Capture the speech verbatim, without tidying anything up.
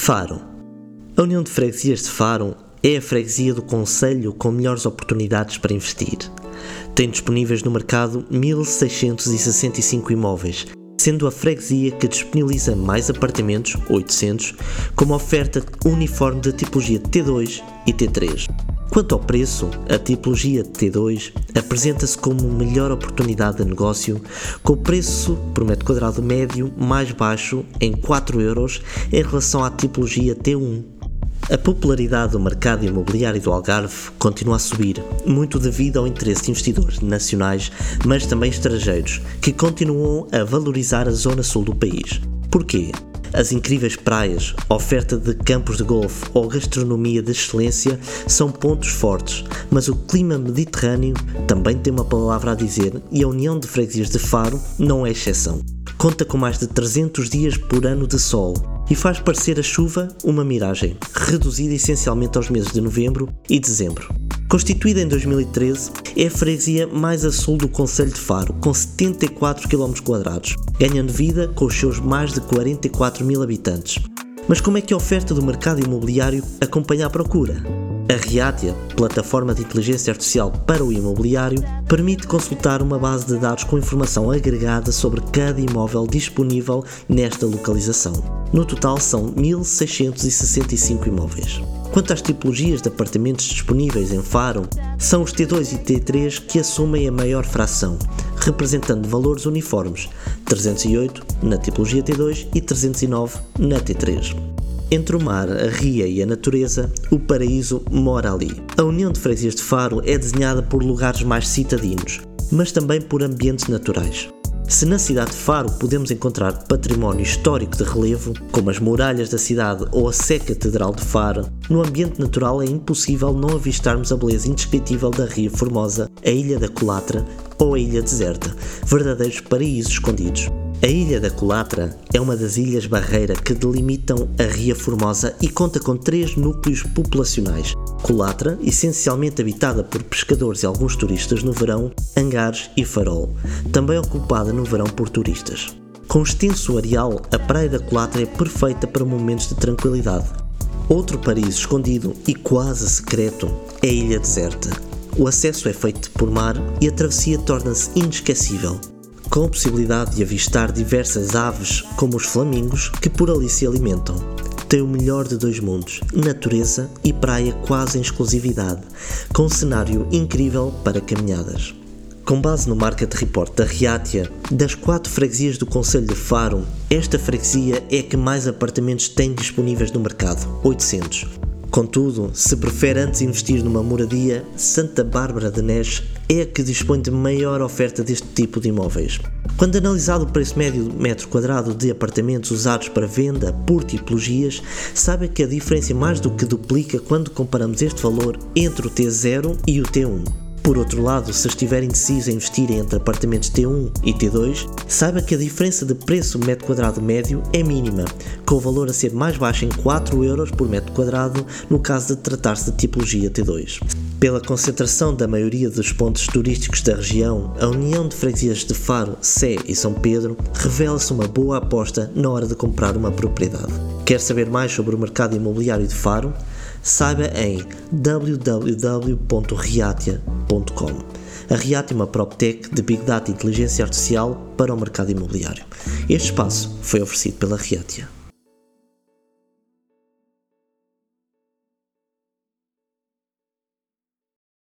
Faro. A União de Freguesias de Faro é a freguesia do concelho com melhores oportunidades para investir. Tem disponíveis no mercado mil seiscentos e sessenta e cinco imóveis, sendo a freguesia que disponibiliza mais apartamentos, oitocentos, com uma oferta uniforme da tipologia T dois e T três. Quanto ao preço, a tipologia T dois apresenta-se como melhor oportunidade de negócio, com o preço por metro quadrado médio mais baixo em quatro euros em relação à tipologia T um. A popularidade do mercado imobiliário do Algarve continua a subir, muito devido ao interesse de investidores nacionais, mas também estrangeiros, que continuam a valorizar a zona sul do país. Porquê? As incríveis praias, oferta de campos de golfe ou gastronomia de excelência são pontos fortes, mas o clima mediterrâneo também tem uma palavra a dizer e a União de Freguesias de Faro não é exceção. Conta com mais de trezentos dias por ano de sol e faz parecer a chuva uma miragem, reduzida essencialmente aos meses de novembro e dezembro. Constituída em dois mil e treze, é a freguesia mais a sul do concelho de Faro, com setenta e quatro quilómetros quadrados, ganhando vida com os seus mais de quarenta e quatro mil habitantes. Mas como é que a oferta do mercado imobiliário acompanha a procura? A Reatia, plataforma de inteligência artificial para o imobiliário, permite consultar uma base de dados com informação agregada sobre cada imóvel disponível nesta localização. No total são mil seiscentos e sessenta e cinco imóveis. Quanto às tipologias de apartamentos disponíveis em Faro, são os T dois e T três que assumem a maior fração, representando valores uniformes, trezentos e oito na tipologia T dois e trezentos e nove na T três. Entre o mar, a ria e a natureza, o paraíso mora ali. A União de Freguesias de Faro é desenhada por lugares mais citadinos, mas também por ambientes naturais. Se na cidade de Faro podemos encontrar património histórico de relevo, como as muralhas da cidade ou a Sé Catedral de Faro, no ambiente natural é impossível não avistarmos a beleza indescritível da Ria Formosa, a Ilha da Colatra ou a Ilha Deserta, verdadeiros paraísos escondidos. A Ilha da Colatra é uma das ilhas barreira que delimitam a Ria Formosa e conta com três núcleos populacionais. Colatra, essencialmente habitada por pescadores e alguns turistas no verão, Angares e Farol, também ocupada no verão por turistas. Com extenso areal, a Praia da Colatra é perfeita para momentos de tranquilidade. Outro paraíso escondido e quase secreto é a Ilha Deserta. O acesso é feito por mar e a travessia torna-se inesquecível, com a possibilidade de avistar diversas aves, como os flamingos, que por ali se alimentam. Tem o melhor de dois mundos, natureza e praia quase em exclusividade, com um cenário incrível para caminhadas. Com base no Market Report da Reatia, das quatro freguesias do concelho de Faro, esta freguesia é a que mais apartamentos tem disponíveis no mercado, oitocentos. Contudo, se prefere antes investir numa moradia, Santa Bárbara de Neves é a que dispõe de maior oferta deste tipo de imóveis. Quando analisado o preço médio do metro quadrado de apartamentos usados para venda por tipologias, sabe que a diferença é mais do que duplica quando comparamos este valor entre o T zero e o T um. Por outro lado, se estiver indeciso em investir entre apartamentos T um e T dois, saiba que a diferença de preço metro quadrado médio é mínima, com o valor a ser mais baixo em quatro euros por metro quadrado no caso de tratar-se de tipologia T dois. Pela concentração da maioria dos pontos turísticos da região, a União de Freguesias de Faro, Sé e São Pedro revela-se uma boa aposta na hora de comprar uma propriedade. Quer saber mais sobre o mercado imobiliário de Faro? Saiba em w w w ponto reatia ponto com. A Reatia é uma PropTech de Big Data e Inteligência Artificial para o mercado imobiliário. Este espaço foi oferecido pela Reatia.